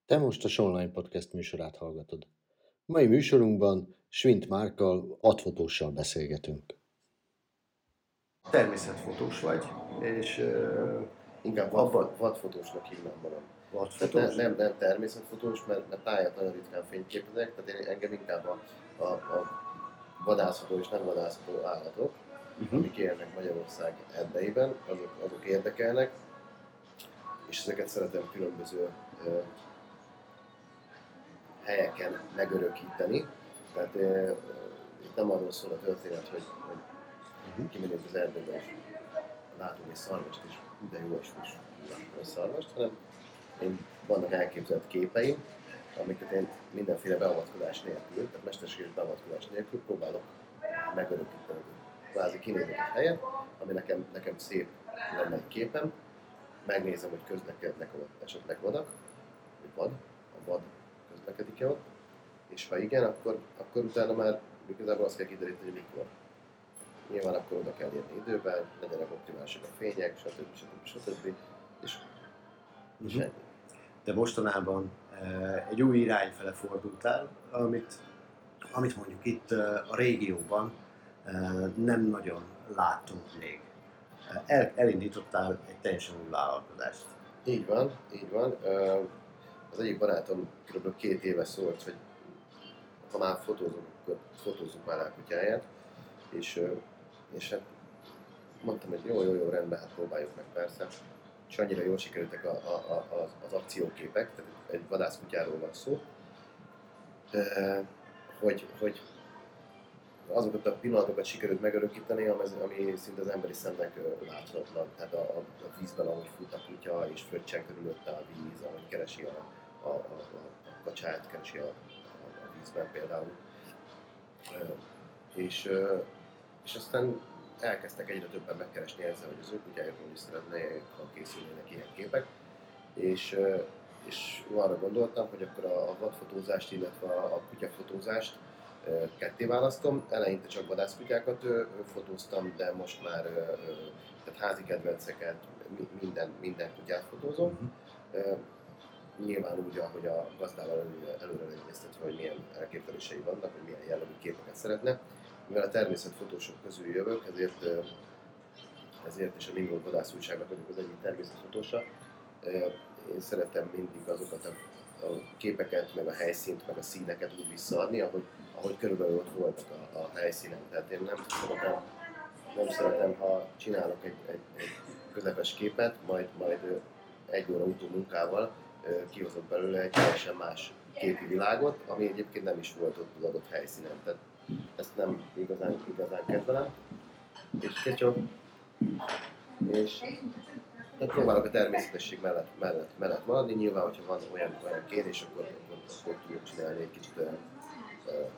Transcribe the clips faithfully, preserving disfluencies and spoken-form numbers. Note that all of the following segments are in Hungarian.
Te most a Sonline Podcast műsorát hallgatod. Mai műsorunkban Schwint Márkkal, vadfotóssal beszélgetünk. Természetfotós vagy, és uh, Inkább abban vad, vadfotósnak hívnám magam. vadfotós? Nem, nem, nem természetfotós, mert, mert tájat nagyon ritkán fényképezek, tehát én, engem inkább a, a, a vadászható és nem vadászható állatok, uh-huh. amik élnek Magyarország erdeiben, azok, azok érdekelnek, és ezeket szeretem különböző uh, helyeken megörökíteni. Tehát uh, itt nem arról szól a történet, hogy, hogy uh-huh. kimegyünk az erdőbe és látunk egy szarvast, és de jó is is látom a szarvast, hanem én vannak elképzelt képeim, amiket én mindenféle beavatkozás nélkül, tehát mesterséges beavatkozás nélkül próbálok megörökíteni. Kvázi kinézek egy helyet, ami nekem, nekem szép lenne egy képem, megnézem, hogy közlekednek ott esetleg vadak, vagy vad, a vad közlekedik-e ott, és ha igen, akkor, akkor utána már igazából azt kell kideríteni, hogy mikor. Nyilván akkor oda kell érni időben, legyenek optimálisak a fények, stb. stb. stb. És, és uh-huh. De mostanában e, egy új irány fele fordultál, amit, amit mondjuk itt e, a régióban e, nem nagyon látunk még. El, elindítottál egy teljesen új vállalkozást. Így van, így van. Az egyik barátom kb. két éve szólt, hogy ha már fotózunk, akkor fotózzuk már a kutyáját. És, és hát mondtam, hogy jó, jó, jó, rendben, hát próbáljuk meg persze. És annyira jól sikerültek a, a, a, az, az akcióképek, tehát egy vadászkutyáról van szó, hogy, hogy azokat a pillanatokat sikerült megörökíteni, ami szinte az emberi szemnek láthatatlan. Tehát a, a, a vízben, ahogy fut a kutya, és fröccsen körülötte a víz, ahogy keresi a, a, a, a kacsát, keresi a, a, a vízben például. És, és aztán elkezdtek egyre többen megkeresni ezzel, hogy az ő kutyájukról is szeretnék, ha készülnének ilyen képek. És, és arra gondoltam, hogy akkor a vadfotózást, illetve a kutyafotózást ketté választom. Eleinte csak vadászkutyákat fotóztam, de most már tehát házi kedvenceket, minden, minden kutyát fotózom. Uh-huh. Nyilván úgy, ahogy a gazdával előre egyeztetve, hogy milyen elképzelései vannak, hogy milyen jellegű képeket szeretne. Mivel a természetfotósok közül jövök, ezért, ezért is a Lingol Vadász újságnak vagyok az egyik természetfotósa. Én szeretem mindig azokat a, a képeket, meg a helyszínt, meg a színeket úgy visszaadni, ahogy, ahogy körülbelül ott voltak a, a helyszínen. Tehát én nem szeretem, nem szeretem, ha csinálok egy, egy, egy közepes képet, majd, majd egy óra utó munkával kihozok belőle egy teljesen más képi világot, ami egyébként nem is volt ott az adott helyszínen. Tehát ezt nem igazán, igazán kedvelem. És kecsok, és tehát próbálok a természetesség mellett, mellett, mellett maradni. Nyilván, hogyha van olyan, olyan kérés, akkor, akkor, akkor tudjuk csinálni egy kicsit olyan, uh,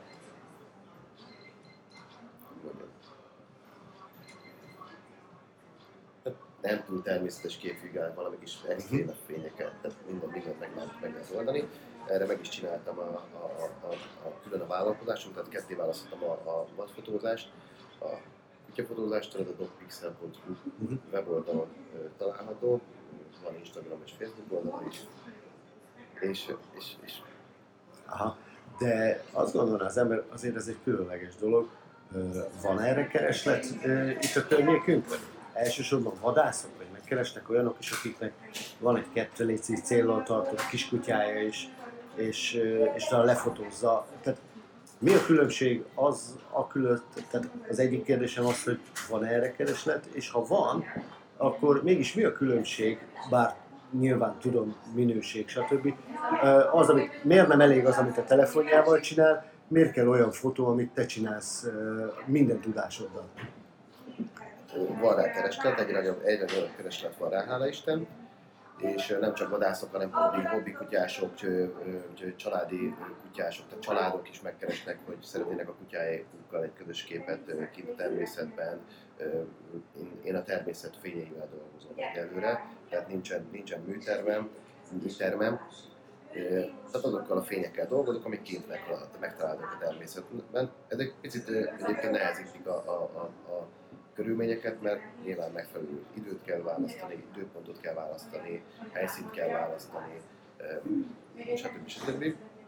nem túl természetes képvigált, valami kis extrém fényeket, tehát minden, mindent meg lehet, meg lehet oldani. Erre meg is csináltam a, a, a, a, a külön a vállalkozásom, tehát ketté választottam a, a vadfotózást, a kutyafotózást, tehát a dogpixel pont hu uh-huh. weboldalon uh, található, van Instagram és Facebook oldalon is. És, és, és... Aha, de azt gondolom az ember, azért ez egy különleges dolog. Van erre kereslet itt a környékünkön? Elsősorban vadászok, vagy megkeresnek olyanok is, akiknek van egy ketteléci céllal tartott kiskutyája is, és, és talán lefotózza. Tehát mi a különbség az a külött, tehát az egyik kérdésem az, hogy van erre kereslet, és ha van, akkor mégis mi a különbség, bár nyilván tudom, minőség, stb. Az, amit, miért nem elég az, amit a telefonjával csinál, miért kell olyan fotó, amit te csinálsz minden tudásoddal? Van rá kereslet, egyre nagyobb, egyre nagyobb kereslet van rá, hála Isten, és nem csak vadászok, hanem hobbi, hobbi kutyások, családi kutyások, tehát családok is megkeresnek, hogy szeretnének a kutyájukkal egy közös képet kint a természetben. Én a természet fényeivel dolgozom egyelőre, tehát nincsen, nincsen műtermem, műtermem. Tehát azokkal a fényekkel dolgozok, amik kint megtalálnak a természetben. Ez egy picit egyébként nehezítik a, a, a, a körülményeket, mert nyilván megfelelő időt kell választani, időpontot kell választani, helyszínt kell választani, stb. stb.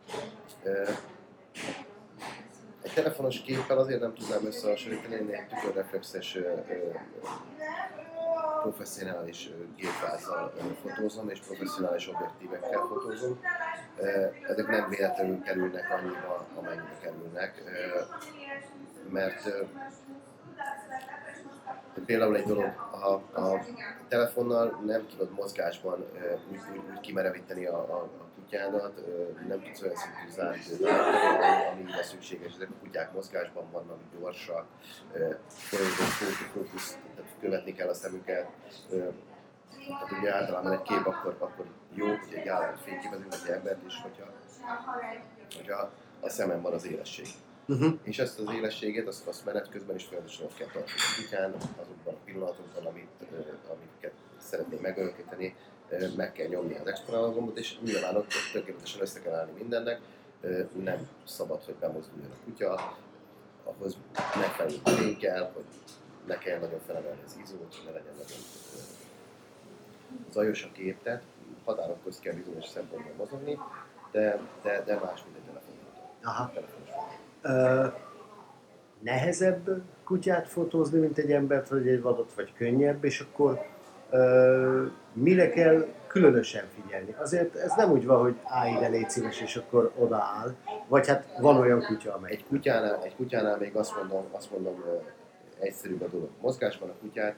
Egy telefonos képpel azért nem tudnám összehasonlítani, én egy tükörreflexes professzionális gépvázzal fotózom és professzionális objektívekkel fotózom. Ezek nem véletlenül kerülnek annyiba, amennyibe kerülnek, mert például egy dolog, a, a telefonnal nem tudod mozgásban úgy, úgy, úgy kimerevíteni a, a, a kutyádat, nem tudsz olyan szintű záridőt állítani, ami ide szükséges. Ezek a kutyák mozgásban vannak, gyorsak, folyamatos fókusz, követni kell a szemüket. Tehát ugye általában egy kép akkor, akkor jó, hogy egy állat fényképezünk egy embert is, hogyha, hogyha a szemem van az élesség. Uh-huh. És ezt az élességet, azt, azt menet közben is folyamatosan ott kell tartani a kutyán, azokban a pillanatokban, amit, amiket szeretnék megörökíteni, meg kell nyomni az exponáló gombot, és nyilván ott tökéletesen össze kell állni mindennek, nem szabad, hogy bemozduljon a kutya, ahhoz megfelelő fény kell, hogy ne kell nagyon felemelni az izót, ne legyen nagyon zajos a kép, tehát határok közt kell bizonyos szempontból mozogni, de, de, de más, mint egy telefonról. Aha. Uh, nehezebb kutyát fotózni, mint egy embert, vagy egy vadot, vagy könnyebb, és akkor uh, mire kell különösen figyelni? Azért ez nem úgy van, hogy állj ide, légy szíves, és akkor odaáll, vagy hát van olyan kutya, amely... Egy kutyánál, egy kutyánál még azt mondom, azt mondom uh, egyszerűbb a dolog. Mozgásban a kutyát,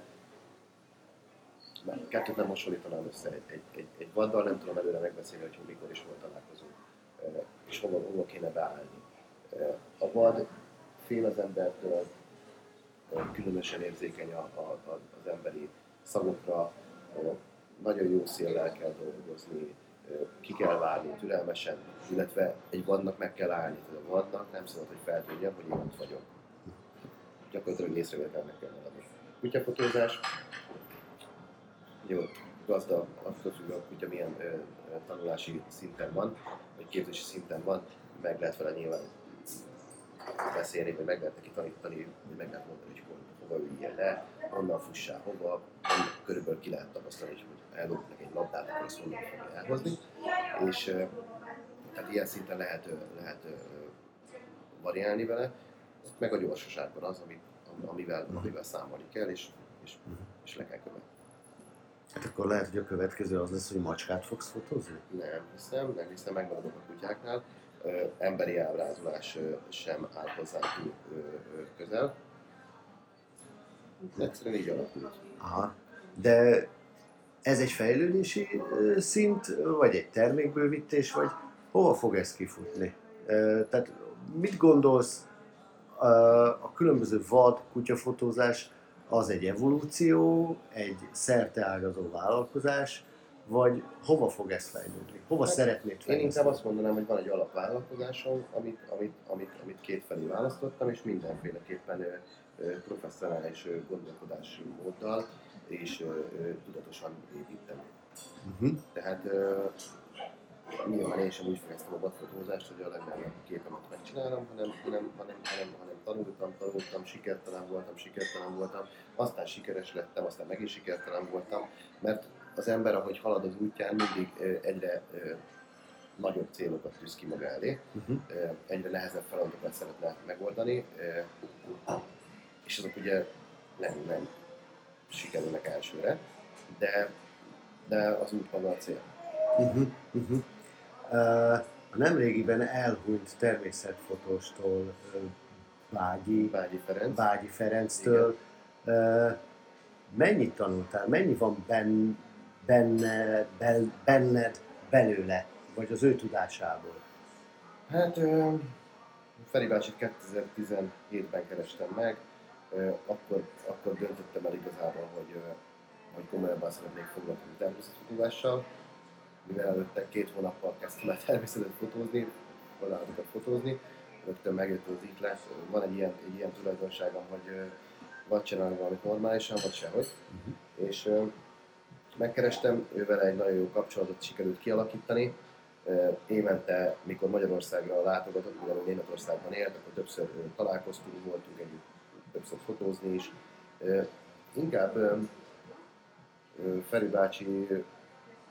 mert kettőt nem hasonlítanám össze. Egy, egy, egy, egy vaddal nem tudom előre megbeszélni, hogy mikor is volt találkozó, uh, és hova, hova kéne beállni. A vad fél az embertől, különösen érzékeny a, a, az emberi szagokra, nagyon jó széllel kell dolgozni, ki kell várni türelmesen, illetve egy vadnak meg kell állni. A vadnak nem szabad, hogy feltűnjön, hogy én ott vagyok. Gyakorlatilag észrevételnek kell maradni. Kutyafotózás, jó, gazda, attól függ, a kutya milyen ö, tanulási szinten van, vagy képzési szinten van, meg lehet vele nyilván beszélni, vagy meg lehet neki tanítani, vagy meg lehet mondani, hogy hova üljél le, honnan fussál hova, körülbelül ki lehet tapasztalni, hogy eldobnak egy labdát, akkor azt honnan fogja elhozni. És tehát ilyen szinten lehet, lehet variálni vele, meg a gyorsaságban az, amit, amivel, amivel számolni kell, és, és, és le kell követni. Hát akkor lehet, hogy a következő az lesz, hogy macskát fogsz fotózni? Nem hiszem, nem hiszem, megmaradok a kutyáknál. Ö, emberi ábrázolás ö, sem áll hozzá túl ö, ö, közel. Egyszerűen így alakult. Aha. De ez egy fejlődési ö, szint, vagy egy termékbővítés, vagy hova fog ez kifutni? Ö, tehát mit gondolsz, ö, a különböző vad kutyafotózás az egy evolúció, egy szerteágazó vállalkozás, vagy hova fog ez fejlődni? Hova hát, szeretnéd fejlődni? Én inkább azt mondanám, hogy van egy alapvállalkozásom, amit, amit, amit, amit kétfelé választottam, és mindenféleképpen ö, ö, professzionális ö, gondolkodási móddal és ö, ö, tudatosan építem. Uh-huh. Tehát ö, nyilván én sem úgy fejeztem a vadfotózást, hogy a legnagyobb képemet megcsinálom, hanem, hanem, hanem, hanem, hanem tanultam, tanultam, sikertelen voltam, sikertelen voltam, aztán sikeres lettem, aztán megint sikertelen voltam, mert az ember, ahogy halad az útján, mindig egyre nagyobb célokat tűz ki maga elé, uh-huh. egyre nehezebb feladatokat szeretne megoldani, és azok ugye nem, nem sikerülnek elsőre, de, de az út maga a cél. Uh-huh. Uh-huh. Uh, a nemrégiben elhunyt természetfotóstól, Vágyi, Vágyi Ferenc. Vágyi Ferenctől uh, mennyit tanultál, mennyi van ben, benne, bel, benned belőle, vagy az ő tudásából? Hát uh, Feri bácsit kétezer-tizenhétben kerestem meg, uh, akkor, akkor döntöttem el igazából, hogy, uh, hogy komolyabban szeretnék foglalkozni természetfotózással, mivel előtte két hónappal kezdtem el természetet fotózni, vadállatokat fotózni, rögtön megjött az ihlet. Van egy ilyen, egy ilyen tulajdonságom, hogy uh, vagy csinálni valamit normálisan, vagy sehogy. Uh-huh. És uh, megkerestem, ővel egy nagyon jó kapcsolatot sikerült kialakítani. Uh, évente, mikor Magyarországra látogatott, mivel Németországban élt, akkor többször uh, találkoztunk, voltunk együtt többször fotózni is. Uh, inkább uh, uh, Feri bácsi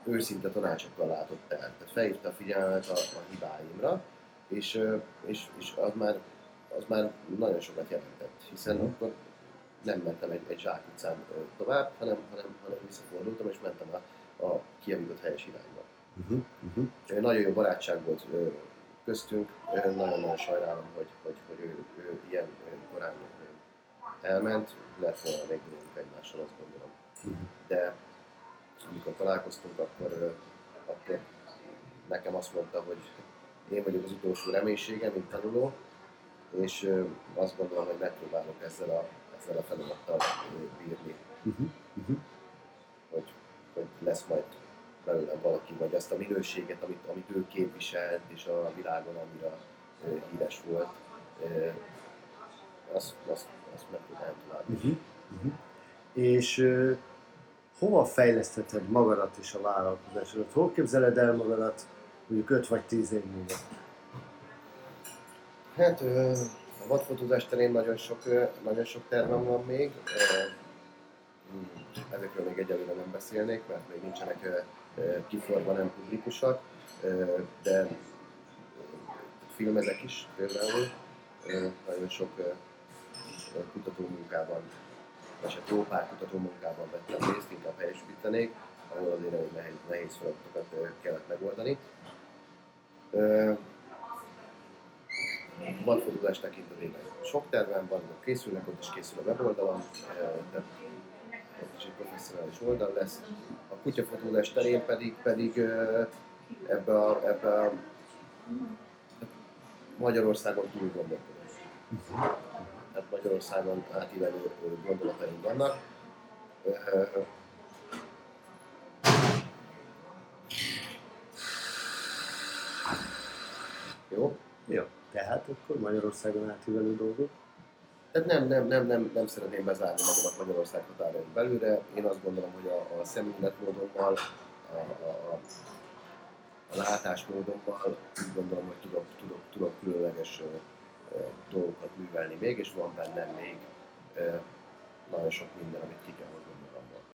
őszinte tanácsokkal látott el. Tehát felhívta a figyelmet a, a hibáimra, és, ö, és, és az, már, az már nagyon sokat jelentett, hiszen Mhm. akkor nem mentem egy, egy zsákutcán ö, tovább, hanem, hanem, hanem visszafordultam és mentem a, a kijavított helyes irányba. Uh-huh. Uh-huh. Ö, Nagyon jó barátság volt ö, köztünk, Ö, nagyon-nagyon sajnálom, hogy, hogy, hogy ő, ő ilyen ö, korán ö, elment, lett volna még dolgunk egymással, azt gondolom. Uh-huh. De amikor találkoztunk, akkor, ö, akkor nekem azt mondta, hogy én vagyok az utolsó reménységem, mint tanuló, és ö, azt gondolom, hogy megpróbálok ezzel a, ezzel a feladattal ö, bírni, Uh-huh. Uh-huh. hogy, hogy lesz majd belőlem valaki, vagy azt a minőséget, amit, amit ő képviselt, és a világon, amire ö, híres volt, ö, azt, azt, azt megpróbálom tovább. Uh-huh. Uh-huh. És uh, hova fejlesztheted magadat és a vállalkozásodat? Hol képzeled el magadat mondjuk öt vagy tíz év múlva? Hát ö, a vadfotózás terén nagyon sok, ö, nagyon sok tervem van még. Ö, mm, Ezekről még egyelőre nem beszélnék, mert még nincsenek ö, ö, kiforva, nem publikusak, Ö, de filmezek is például. Ö, Nagyon sok ö, ö, kutatómunkában, vagy hát jó pár kutatómunkában vettem részt, inkább helyesítenék, ahol azért elég nehéz, nehéz feladatokat ö, kellett megoldani. Ö, Vadfotózás tekintetében sok tervem van, ott készülnek, ott is készül a weboldalam, eh, tehát ott is egy professzionális oldal lesz. A kutyafotózás terén pedig, pedig eh, ebbe a, ebbe a Magyarországon túl gondolkodom. Tehát Magyarországon átívelő ö, gondolataim vannak. Eh, Jó? Jó, tehát akkor Magyarországon átívelő dolgok. Tehát nem, nem, nem, nem, nem szeretném bezárni magamat Magyarország határain belőle. Én azt gondolom, hogy a, a szemléletmódommal, a, a, a, a látásmódommal úgy gondolom, hogy tudok, tudok, tudok különleges ö, ö, dolgokat művelni még, és van bennem még ö, nagyon sok minden, amit ki kell hozni magamból.